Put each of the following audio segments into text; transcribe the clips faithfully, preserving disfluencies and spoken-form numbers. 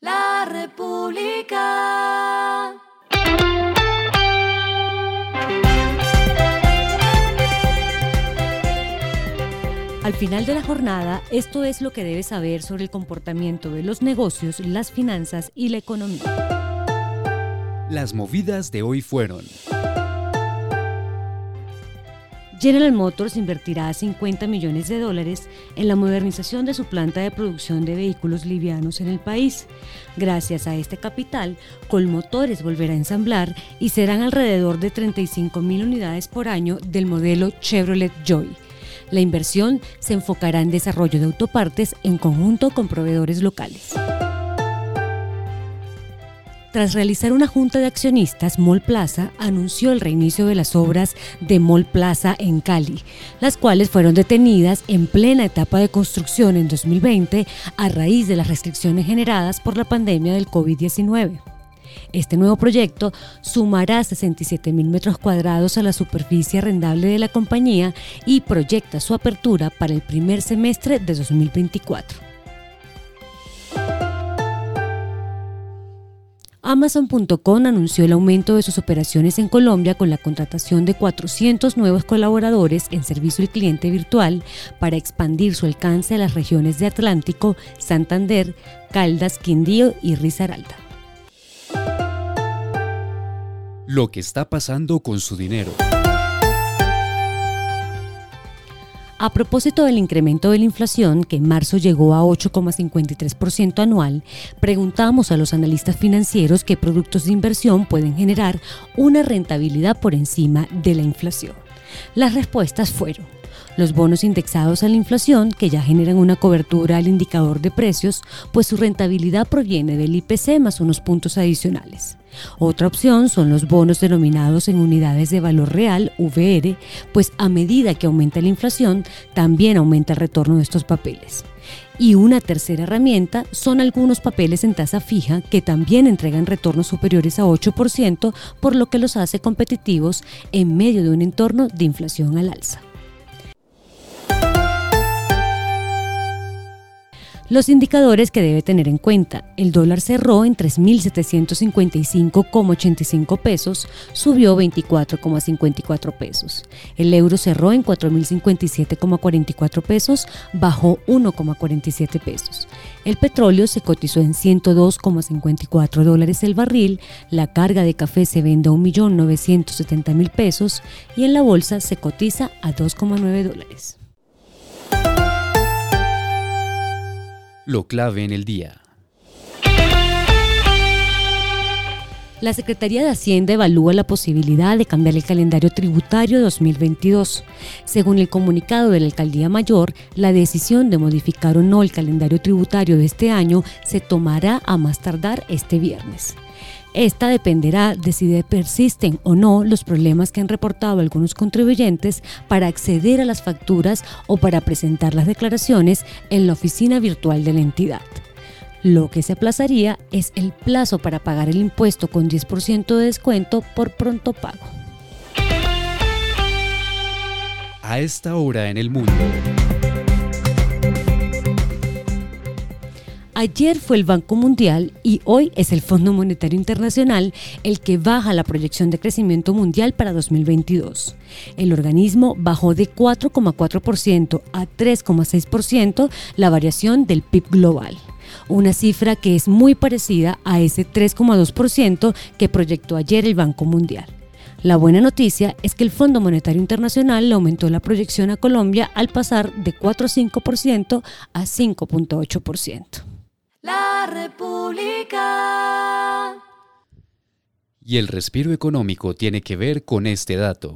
La República. Al final de la jornada, esto es lo que debes saber sobre el comportamiento de los negocios, las finanzas y la economía. Las movidas de hoy fueron: General Motors invertirá cincuenta millones de dólares en la modernización de su planta de producción de vehículos livianos en el país. Gracias a este capital, Colmotores volverá a ensamblar y serán alrededor de treinta y cinco mil unidades por año del modelo Chevrolet Joy. La inversión se enfocará en desarrollo de autopartes en conjunto con proveedores locales. Tras realizar una junta de accionistas, Mall Plaza anunció el reinicio de las obras de Mall Plaza en Cali, las cuales fueron detenidas en plena etapa de construcción en dos mil veinte a raíz de las restricciones generadas por la pandemia del covid diecinueve. Este nuevo proyecto sumará sesenta y siete mil metros cuadrados a la superficie arrendable de la compañía y proyecta su apertura para el primer semestre de dos mil veinticuatro. Amazon punto com anunció el aumento de sus operaciones en Colombia con la contratación de cuatrocientos nuevos colaboradores en servicio al cliente virtual para expandir su alcance a las regiones de Atlántico, Santander, Caldas, Quindío y Risaralda. Lo que está pasando con su dinero. A propósito del incremento de la inflación, que en marzo llegó a ocho coma cincuenta y tres por ciento anual, preguntamos a los analistas financieros qué productos de inversión pueden generar una rentabilidad por encima de la inflación. Las respuestas fueron: los bonos indexados a la inflación, que ya generan una cobertura al indicador de precios, pues su rentabilidad proviene del I P C más unos puntos adicionales. Otra opción son los bonos denominados en unidades de valor real, V R, pues a medida que aumenta la inflación, también aumenta el retorno de estos papeles. Y una tercera herramienta son algunos papeles en tasa fija que también entregan retornos superiores a ocho por ciento, por lo que los hace competitivos en medio de un entorno de inflación al alza. Los indicadores que debe tener en cuenta: el dólar cerró en tres mil setecientos cincuenta y cinco coma ochenta y cinco pesos, subió veinticuatro coma cincuenta y cuatro pesos. El euro cerró en cuatro mil cincuenta y siete coma cuarenta y cuatro pesos, bajó uno coma cuarenta y siete pesos. El petróleo se cotizó en ciento dos coma cincuenta y cuatro dólares el barril, la carga de café se vende a un millón novecientos setenta mil pesos y en la bolsa se cotiza a dos coma nueve dólares. Lo clave en el día. La Secretaría de Hacienda evalúa la posibilidad de cambiar el calendario tributario dos mil veintidós. Según el comunicado de la Alcaldía Mayor, la decisión de modificar o no el calendario tributario de este año se tomará a más tardar este viernes. Esta dependerá de si persisten o no los problemas que han reportado algunos contribuyentes para acceder a las facturas o para presentar las declaraciones en la oficina virtual de la entidad. Lo que se aplazaría es el plazo para pagar el impuesto con diez por ciento de descuento por pronto pago. A esta hora en el mundo. Ayer fue el Banco Mundial y hoy es el Fondo Monetario Internacional el que baja la proyección de crecimiento mundial para dos mil veintidós. El organismo bajó de cuatro coma cuatro por ciento a tres coma seis por ciento la variación del P I B global, una cifra que es muy parecida a ese tres coma dos por ciento que proyectó ayer el Banco Mundial. La buena noticia es que el Fondo Monetario Internacional le aumentó la proyección a Colombia al pasar de cuatro coma cinco por ciento a cinco coma ocho por ciento. La República. Y el respiro económico tiene que ver con este dato.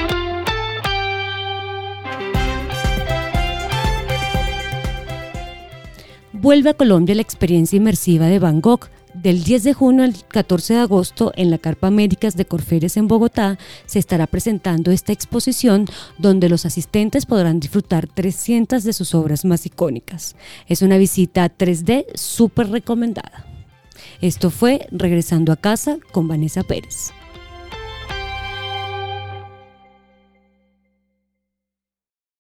Vuelve a Colombia la experiencia inmersiva de Van Gogh. Del diez de junio al catorce de agosto, en la Carpa Américas de Corferias en Bogotá, se estará presentando esta exposición donde los asistentes podrán disfrutar trescientas de sus obras más icónicas. Es una visita tres D súper recomendada. Esto fue Regresando a Casa con Vanessa Pérez.